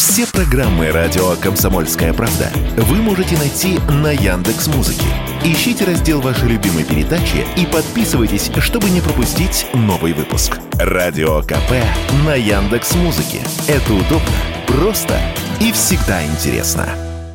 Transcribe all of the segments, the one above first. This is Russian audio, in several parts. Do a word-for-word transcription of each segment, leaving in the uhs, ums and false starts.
Все программы радио «Комсомольская правда» вы можете найти на Яндекс.Музыке. Ищите раздел вашей любимой передачи и подписывайтесь, чтобы не пропустить новый выпуск. Радио КП на Яндекс.Музыке. Это удобно, просто и всегда интересно.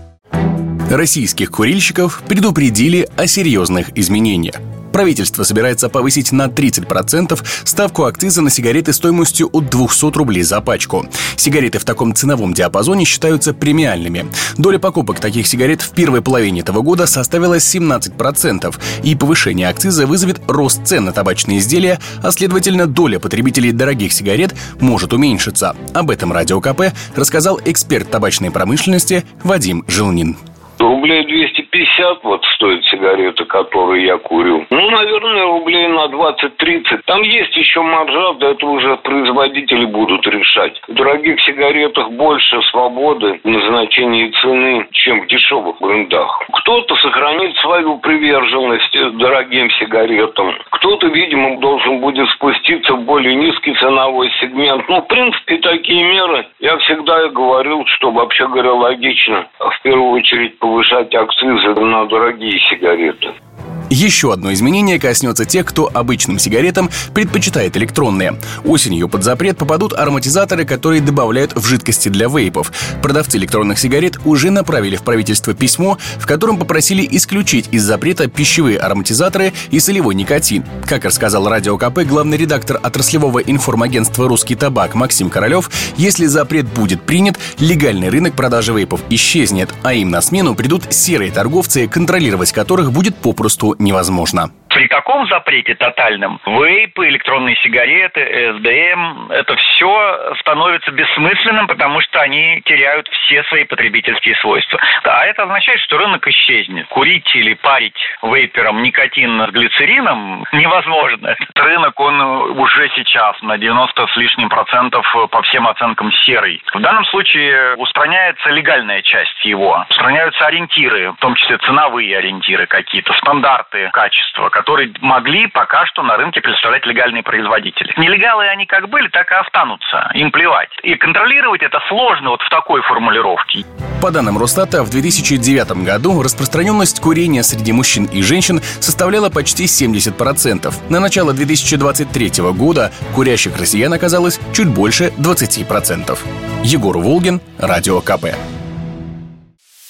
Российских курильщиков предупредили о серьезных изменениях. Правительство собирается повысить на тридцать процентов ставку акциза на сигареты стоимостью от двухсот рублей за пачку. Сигареты в таком ценовом диапазоне считаются премиальными. Доля покупок таких сигарет в первой половине этого года составила семнадцать процентов, и повышение акциза вызовет рост цен на табачные изделия, а следовательно, доля потребителей дорогих сигарет может уменьшиться. Об этом Радио КП рассказал эксперт табачной промышленности Вадим Желнин. Рублей двести пятьдесят вот стоят сигареты, которые я курю. Ну, наверное, рублей на двадцать-тридцать. Там есть еще маржа, да это уже производители будут решать. В дорогих сигаретах больше свободы в назначении цены, чем в дешевых брендах. Кто-то сохранит свою приверженность дорогим сигаретам. Кто-то, видимо, должен будет спуститься в более низкий ценовой сегмент. Ну, в принципе, такие меры, я всегда говорил, что, вообще говоря, логично. В первую очередь, повышать акцизы на дорогие сигареты. Еще одно изменение коснется тех, кто обычным сигаретам предпочитает электронные. Осенью под запрет попадут ароматизаторы, которые добавляют в жидкости для вейпов. Продавцы электронных сигарет уже направили в правительство письмо, в котором попросили исключить из запрета пищевые ароматизаторы и солевой никотин. Как рассказал Радио КП главный редактор отраслевого информагентства «Русский табак» Максим Королев, если запрет будет принят, легальный рынок продажи вейпов исчезнет, а им на смену придут серые торговцы, контролировать которых будет попросту невозможно. При таком запрете тотальном вейпы, электронные сигареты, эс дэ эм, это все становится бессмысленным, потому что они теряют все свои потребительские свойства. А это означает, что рынок исчезнет. Курить или парить вейпером никотин с глицерином невозможно. Этот рынок, он уже сейчас на девяносто с лишним процентов по всем оценкам серый. В данном случае устраняется легальная часть его. Устраняются ориентиры, в том числе ценовые ориентиры какие-то, стандарты качества, которые могли пока что на рынке представлять легальные производители. Нелегалы они как были, так и останутся. Им плевать. И контролировать это сложно вот в такой формулировке. По данным Росстата, в две тысячи девятом году распространенность курения среди мужчин и женщин составляла почти семьдесят процентов. На начало две тысячи двадцать третьего года курящих россиян оказалось чуть больше двадцати процентов. Егор Волгин, Радио КП.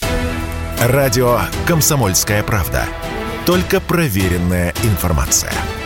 Радио «Комсомольская правда». Только проверенная информация.